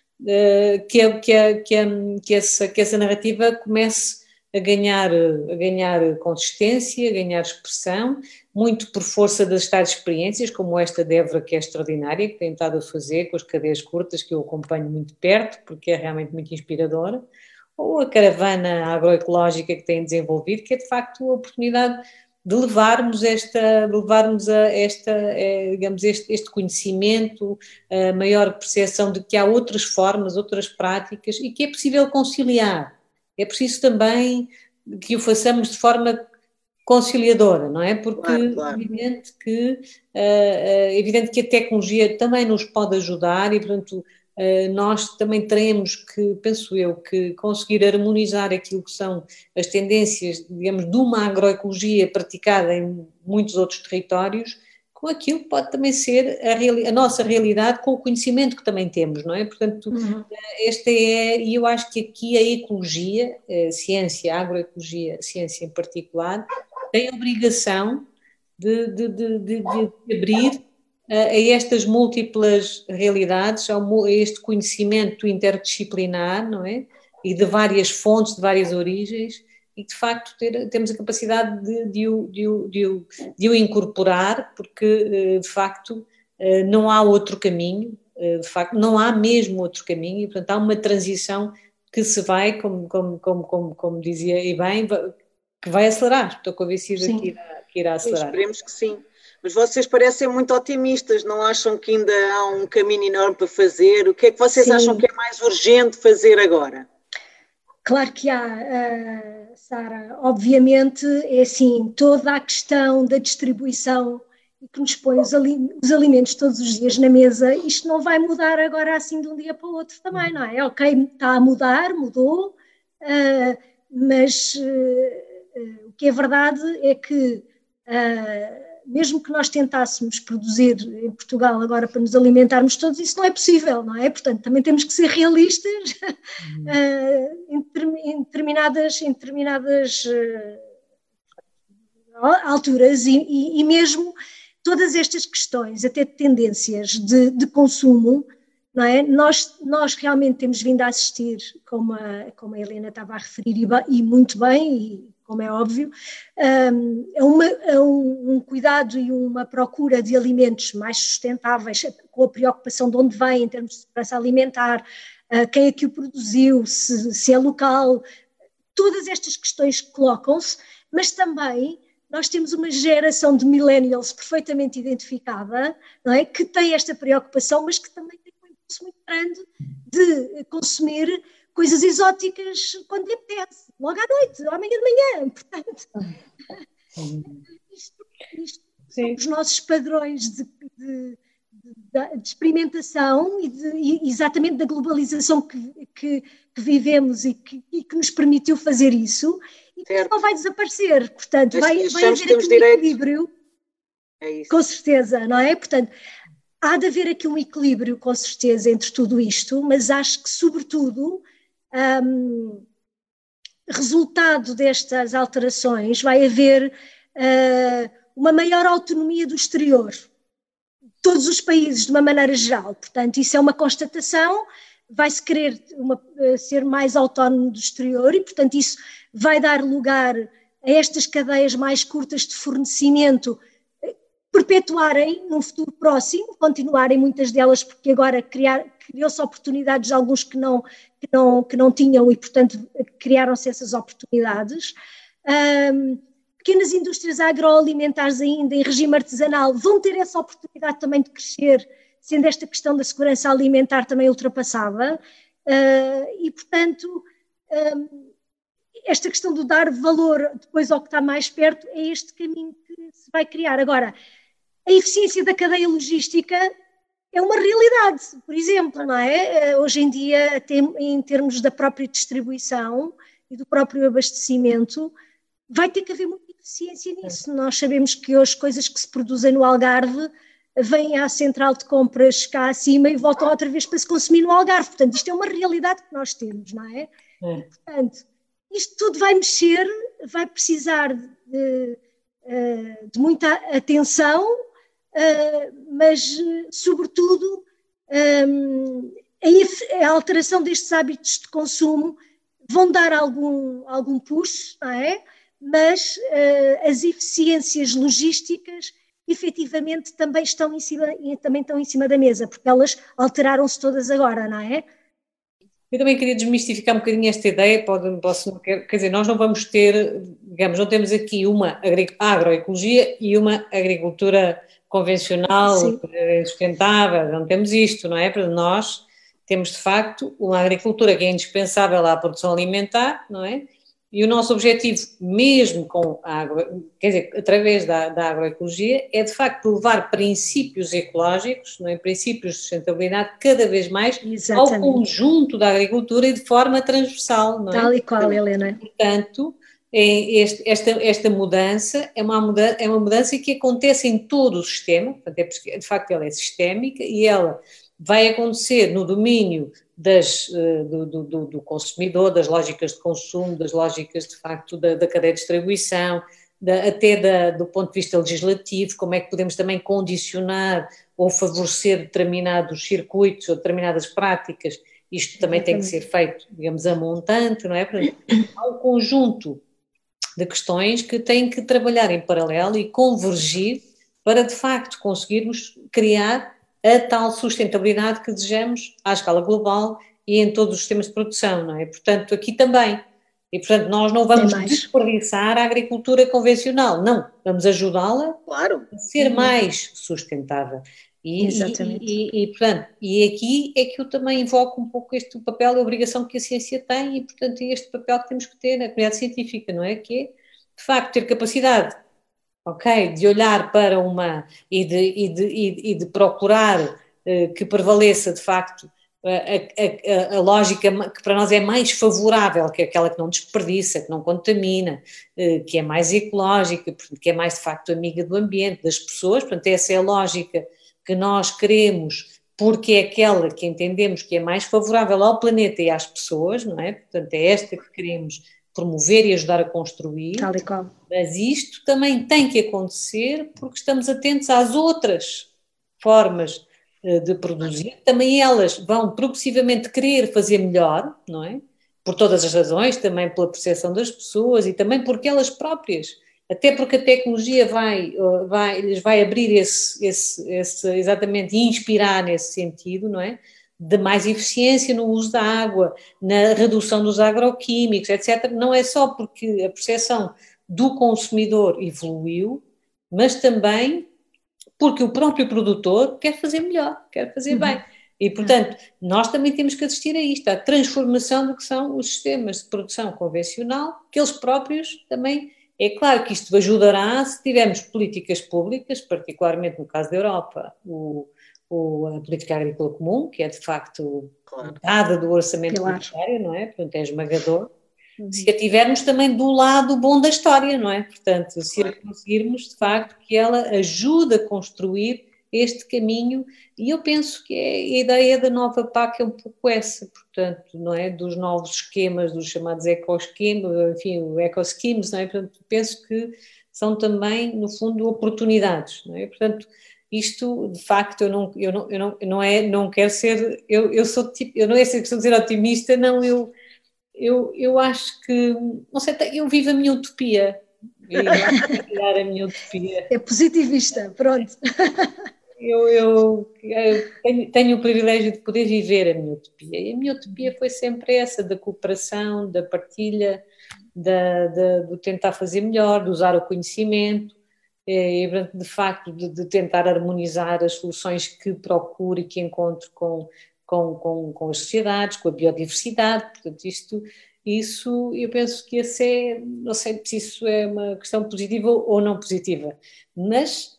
uh, que, a, que, a, que, a, que, essa, que essa narrativa comece a ganhar, a ganhar consistência, a ganhar expressão, muito por força das tais experiências, como esta de Évora, que é extraordinária, que tem estado a fazer com as cadeias curtas, que eu acompanho muito de perto, porque é realmente muito inspiradora, ou a caravana agroecológica que tem desenvolvido, que é de facto a oportunidade de levarmos, esta, de levarmos a esta, é, digamos, este, este conhecimento, a maior percepção de que há outras formas, outras práticas, e que é possível conciliar. É preciso também que o façamos de forma conciliadora, não é? Porque claro, claro. É evidente que, é evidente que a tecnologia também nos pode ajudar e, portanto, nós também teremos que, penso eu, que conseguir harmonizar aquilo que são as tendências, digamos, de uma agroecologia praticada em muitos outros territórios, com aquilo que pode também ser a, reali- a nossa realidade, com o conhecimento que também temos, não é? Portanto, uhum. esta é, e eu acho que aqui a ecologia, a ciência, a agroecologia, a ciência em particular, tem a obrigação de, de, de, de, de abrir a, a estas múltiplas realidades, ao, a este conhecimento interdisciplinar, não é? E de várias fontes, de várias origens, e de facto ter, temos a capacidade de, de, o, de, o, de, o, de o incorporar, porque de facto não há outro caminho, de facto não há mesmo outro caminho, e portanto há uma transição que se vai, como, como, como, como, como dizia e bem, que vai acelerar, estou convencida que irá, que irá acelerar.
Esperemos que sim, mas vocês parecem muito otimistas, não acham que ainda há um caminho enorme para fazer? O que é que vocês sim. acham que é mais urgente fazer agora?
Claro que há, uh, Sara, obviamente é assim, toda a questão da distribuição e que nos põe os, ali, os alimentos todos os dias na mesa, isto não vai mudar agora assim de um dia para o outro também, não é? Ok, está a mudar, mudou, uh, mas uh, uh, o que é verdade é que uh, mesmo que nós tentássemos produzir em Portugal agora para nos alimentarmos todos, isso não é possível, não é? Portanto, também temos que ser realistas uhum. uh, em, term, em determinadas, em determinadas uh, alturas e, e, e mesmo todas estas questões, até de tendências de, de consumo, não é? Nós, nós realmente temos vindo a assistir, como a, como a Helena estava a referir, e, e muito bem, e como é óbvio, a, uma, a um, um cuidado e uma procura de alimentos mais sustentáveis, com a preocupação de onde vem em termos de segurança alimentar, quem é que o produziu, se, se é local, todas estas questões colocam-se, mas também nós temos uma geração de millennials perfeitamente identificada, não é? Que tem esta preocupação, mas que também tem um impulso muito grande de consumir coisas exóticas quando lhe apetece, logo à noite, ou amanhã de manhã, portanto, isto, isto são os nossos padrões de, de, de, de experimentação e, de, e exatamente da globalização que, que, que vivemos e que, e que nos permitiu fazer isso, e que não vai desaparecer, portanto, vai, vai haver aqui um equilíbrio, é isso. Com certeza, não é? Portanto, há de haver aqui um equilíbrio, com certeza, entre tudo isto, mas acho que, sobretudo, Um, resultado destas alterações vai haver uh, uma maior autonomia do exterior, todos os países de uma maneira geral, portanto isso é uma constatação, vai-se querer uma, uh, ser mais autónomo do exterior e portanto isso vai dar lugar a estas cadeias mais curtas de fornecimento perpetuarem num futuro próximo, continuarem muitas delas, porque agora criar, criou-se oportunidades de alguns que não, que, não, que não tinham e, portanto, criaram-se essas oportunidades. Um, pequenas indústrias agroalimentares ainda em regime artesanal vão ter essa oportunidade também de crescer, sendo esta questão da segurança alimentar também ultrapassada. Uh, e, portanto, um, esta questão de dar valor depois ao que está mais perto é este caminho que se vai criar. Agora, a eficiência da cadeia logística é uma realidade, por exemplo, não é? Hoje em dia, até em termos da própria distribuição e do próprio abastecimento, vai ter que haver muita eficiência nisso. Nós sabemos que hoje coisas que se produzem no Algarve vêm à central de compras cá acima e voltam outra vez para se consumir no Algarve. Portanto, isto é uma realidade que nós temos, não é? é. E, portanto, isto tudo vai mexer, vai precisar de, de muita atenção, mas, sobretudo, a alteração destes hábitos de consumo vão dar algum, algum push, não é? Mas as eficiências logísticas efetivamente também estão, em cima, também estão em cima da mesa, porque elas alteraram-se todas agora, não é?
Eu também queria desmistificar um bocadinho esta ideia, pode, posso, quer dizer, nós não vamos ter, digamos, não temos aqui uma agroecologia e uma agricultura convencional, Sim. sustentável, não temos isto, não é? Para nós temos de facto uma agricultura que é indispensável à produção alimentar, não é? E o nosso objetivo, mesmo com a agro, quer dizer, através da, da agroecologia, é de facto levar princípios ecológicos, não é? Princípios de sustentabilidade cada vez mais Exatamente. Ao conjunto da agricultura e de forma transversal, não é?
Tal e qual, Helena.
Portanto, é este, esta, esta mudança é uma mudança, é uma mudança que acontece em todo o sistema, portanto, é porque, de facto ela é sistémica e ela vai acontecer no domínio das, do, do, do consumidor, das lógicas de consumo, das lógicas de facto da, da cadeia de distribuição, da, até da, do ponto de vista legislativo, como é que podemos também condicionar ou favorecer determinados circuitos ou determinadas práticas, isto também tem que ser feito, digamos, a montante, não é? Portanto, há um conjunto de questões que têm que trabalhar em paralelo e convergir para de facto conseguirmos criar a tal sustentabilidade que desejamos à escala global e em todos os sistemas de produção, não é? Portanto, aqui também. E, portanto, nós não vamos desperdiçar a agricultura convencional, não. Vamos ajudá-la
claro.
a ser uhum. mais sustentável. E,
Exatamente.
E, e, e, portanto, e aqui é que eu também invoco um pouco este papel e a obrigação que a ciência tem e, portanto, este papel que temos que ter na comunidade científica, não é? Que é, de facto, ter capacidade ok, de olhar para uma e de, e de, e de procurar uh, que prevaleça de facto a, a, a, a lógica que para nós é mais favorável, que é aquela que não desperdiça, que não contamina, uh, que é mais ecológica, que é mais de facto amiga do ambiente, das pessoas, portanto essa é a lógica que nós queremos porque é aquela que entendemos que é mais favorável ao planeta e às pessoas, não é? Portanto é esta que queremos promover e ajudar a construir,
Tal e qual.
Mas isto também tem que acontecer porque estamos atentos às outras formas de produzir, também elas vão progressivamente querer fazer melhor, não é? Por todas as razões, também pela percepção das pessoas e também porque elas próprias, até porque a tecnologia vai, vai, lhes vai abrir esse, esse, esse, exatamente, e inspirar nesse sentido, não é? De mais eficiência no uso da água, na redução dos agroquímicos, etcétera. Não é só porque a percepção do consumidor evoluiu, mas também porque o próprio produtor quer fazer melhor, quer fazer uhum. bem. E, portanto, nós também temos que assistir a isto, à transformação do que são os sistemas de produção convencional, que eles próprios também, é claro que isto ajudará se tivermos políticas públicas, particularmente no caso da Europa, o a política agrícola comum, que é de facto metade do orçamento comunitário, não é? Portanto, é esmagador. Uhum. Se a tivermos também do lado bom da história, não é? Portanto, se a conseguirmos, de facto, que ela ajude a construir este caminho, e eu penso que é, a ideia da nova P A C é um pouco essa, portanto, não é? Dos novos esquemas, dos chamados eco-schemes, enfim, o eco-schemes, não é? Portanto, penso que são também, no fundo, oportunidades, não é? Portanto, isto, de facto, eu não, eu não, eu não, não, é, não quero ser, eu, eu sou tipo, eu não é questão de ser otimista, não, eu, eu, eu acho que, não sei, eu vivo a minha utopia, eu acho que a minha utopia.
É positivista, pronto.
Eu, eu, eu tenho, tenho o privilégio de poder viver a minha utopia, e a minha utopia foi sempre essa, da cooperação, da partilha, da, da, de tentar fazer melhor, de usar o conhecimento, e, de facto, de, de tentar harmonizar as soluções que procuro e que encontro com, com, com, com as sociedades, com a biodiversidade, portanto isto, isso eu penso que esse é, não sei se isso é uma questão positiva ou não positiva, mas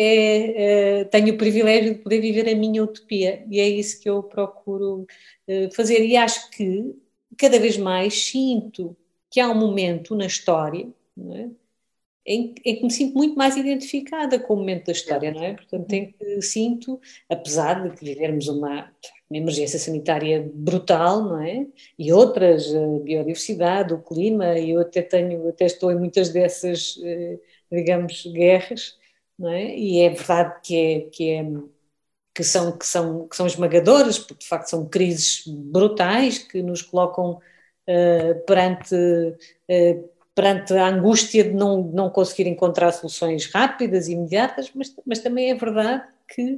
é, é, tenho o privilégio de poder viver a minha utopia e é isso que eu procuro é, fazer e acho que cada vez mais sinto que há um momento na história, não é? Em, em que me sinto muito mais identificada com o momento da história, não é? Portanto, em que sinto, apesar de que vivermos uma, uma emergência sanitária brutal, não é? E outras, a biodiversidade, o clima, e eu até tenho, até estou em muitas dessas, digamos, guerras, não é? E é verdade que é, que é que são, que são, que são esmagadoras, porque de facto são crises brutais que nos colocam uh, perante uh, perante a angústia de não, não conseguir encontrar soluções rápidas e imediatas, mas, mas também é verdade que,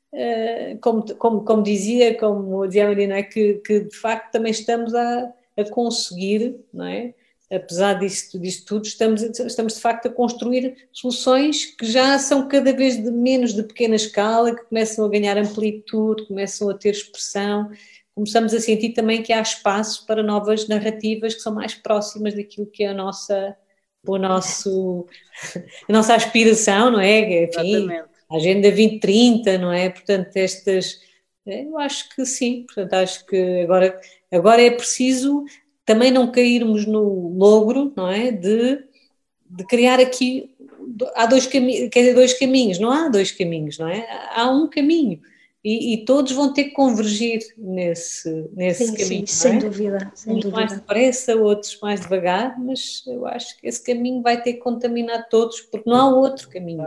uh, como, como, como dizia, como dizia a Marina, que, que de facto também estamos a, a conseguir, não é? Apesar disto, disto tudo, estamos, estamos de facto a construir soluções que já são cada vez de menos de pequena escala, que começam a ganhar amplitude, começam a ter expressão. Começamos a sentir também que há espaço para novas narrativas que são mais próximas daquilo que é a nossa, o nosso, a nossa aspiração, não é? Enfim, a Agenda vinte trinta, não é? Portanto, estas, eu acho que sim, portanto, acho que agora, agora é preciso também não cairmos no logro, não é? De, de criar aqui, há dois caminhos, quer dizer, dois caminhos, não há dois caminhos, não é? Há um caminho. E, e todos vão ter que convergir nesse, nesse
sim,
caminho.
Sim, sem
é?
dúvida. Sem
Uns
dúvida.
mais depressa, outros mais devagar, mas eu acho que esse caminho vai ter que contaminar todos, porque não há outro caminho.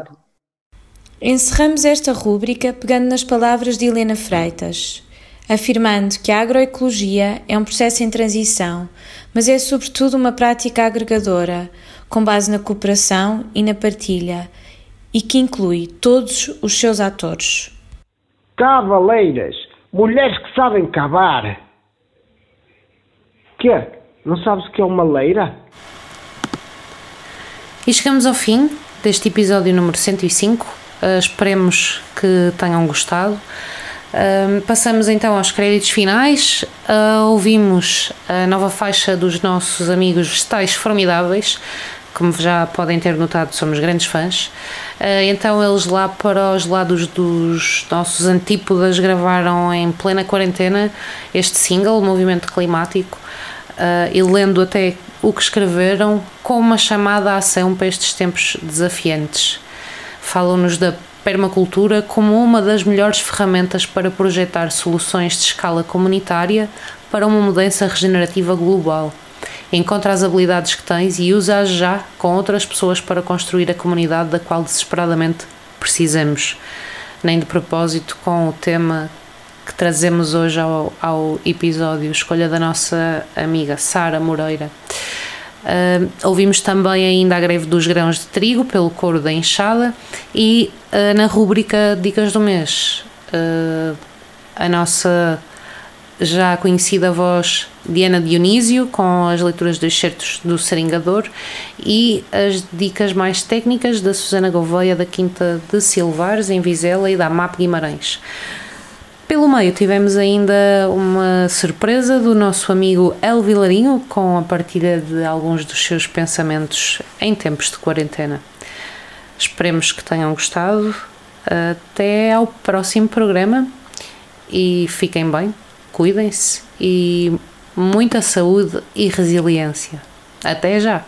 Encerramos esta rúbrica pegando nas palavras de Helena Freitas, afirmando que a agroecologia é um processo em transição, mas é sobretudo uma prática agregadora, com base na cooperação e na partilha, e que inclui todos os seus atores.
Cavaleiras, mulheres que sabem cavar. Quê? Não sabes o que é uma leira?
E chegamos ao fim deste episódio número cento e cinco. Uh, esperemos que tenham gostado. Uh, passamos então aos créditos finais. Uh, ouvimos a nova faixa dos nossos amigos Vegetais Formidáveis. Como já podem ter notado, somos grandes fãs. Então eles lá para os lados dos nossos antípodas gravaram em plena quarentena este single, Movimento Climático, e lendo até o que escreveram, com uma chamada à ação para estes tempos desafiantes. Falam-nos da permacultura como uma das melhores ferramentas para projetar soluções de escala comunitária para uma mudança regenerativa global. Encontra as habilidades que tens e usa-as já com outras pessoas para construir a comunidade da qual desesperadamente precisamos. Nem de propósito com o tema que trazemos hoje ao, ao episódio, escolha da nossa amiga Sara Moreira. Uh, ouvimos também ainda a greve dos grãos de trigo pelo coro da enxada e uh, na rúbrica Dicas do Mês, uh, a nossa já conhecida voz Diana Dionísio, com as leituras dos excertos do Seringador, e as dicas mais técnicas da Susana Gouveia, da Quinta de Silvares, em Vizela, e da A M A P Guimarães. Pelo meio tivemos ainda uma surpresa do nosso amigo El Vilarinho, com a partilha de alguns dos seus pensamentos em tempos de quarentena. Esperemos que tenham gostado. Até ao próximo programa e fiquem bem. Cuidem-se e muita saúde e resiliência. Até já!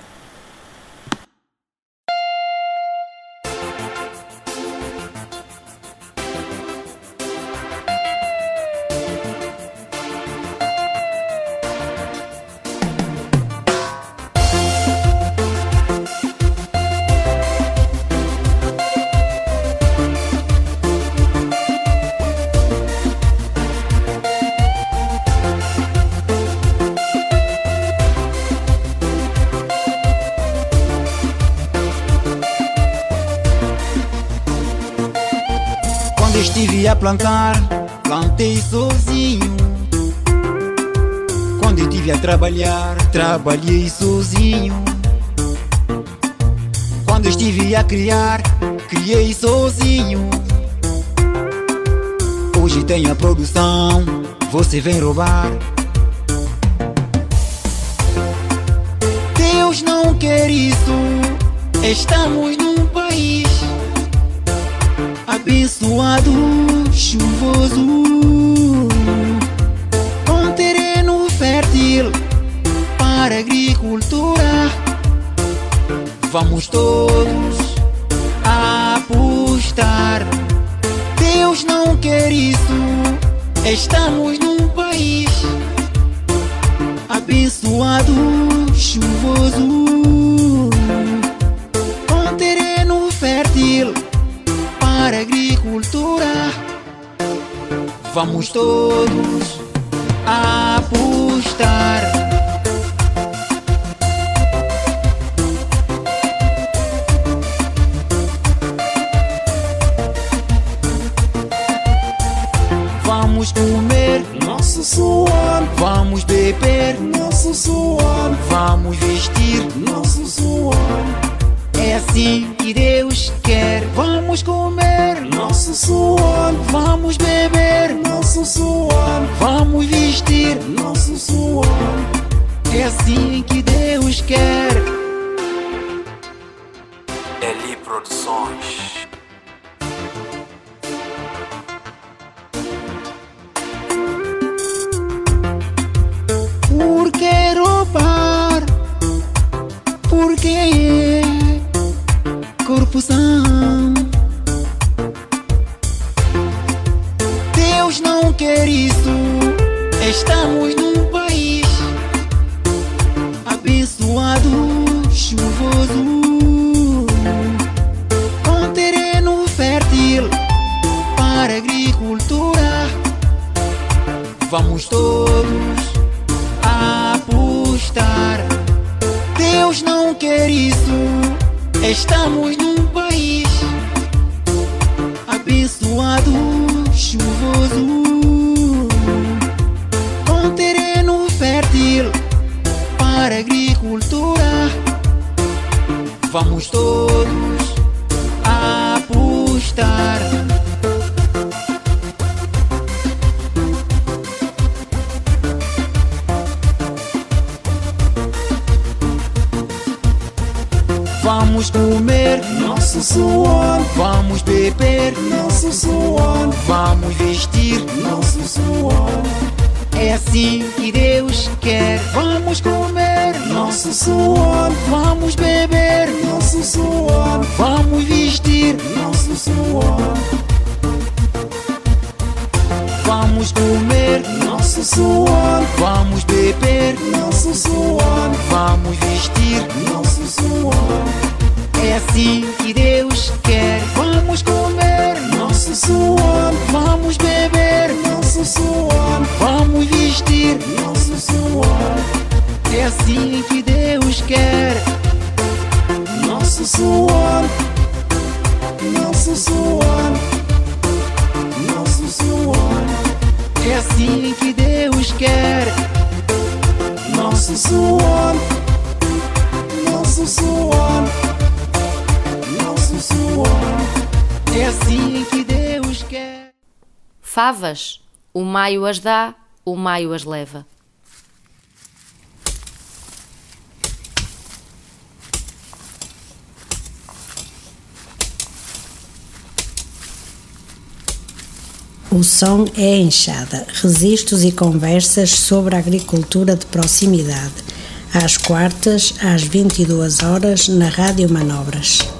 Estive a plantar, plantei sozinho. Quando estive a trabalhar, trabalhei sozinho. Quando estive a criar, criei sozinho. Hoje tenho a produção você vem roubar. Deus não quer isso. Estamos num país abençoado, chuvoso, com terreno fértil para agricultura. Vamos todos apostar. Deus não quer isso. Estamos num país abençoado, chuvoso, com terreno fértil para agricultura. Vamos todos apostar. Vamos comer nosso suor, vamos beber nosso suor, vamos vestir nosso suor. É assim que Deus quer. Vamos comer nosso suor, vamos beber nosso suor, vamos vestir nosso suor. É assim que Deus quer.
Eli Produções.
Por que roubar? Porque é corrupção. Deus não quer isso. Estamos num país abençoado, chuvoso, com terreno fértil para agricultura. Vamos todos apostar. Deus não quer isso. Estamos num país abençoado, chuvoso, com terreno fértil para agricultura. Vamos todos apostar. Vamos comer nosso suor, vamos beber nosso suor, vamos vestir nosso suor. É assim que Deus quer. Vamos comer nosso suor, vamos beber nosso suor, vamos vestir nosso suor. Vamos comer nosso suor, vamos beber nosso suor, vamos vestir nosso suor. É assim que Deus quer. Vamos comer nosso suor, vamos beber nosso suor, vamos vestir nosso suor. É assim que Deus quer. Nosso suor, nosso suor, nosso suor. É assim que Deus quer. Nosso suor, nosso suor, nosso suor. É assim que Deus quer.
Favas, o maio as dá, o maio as leva.
O som é a enxada, registros e conversas sobre a agricultura de proximidade, às quartas, às vinte e duas horas, na Rádio Manobras.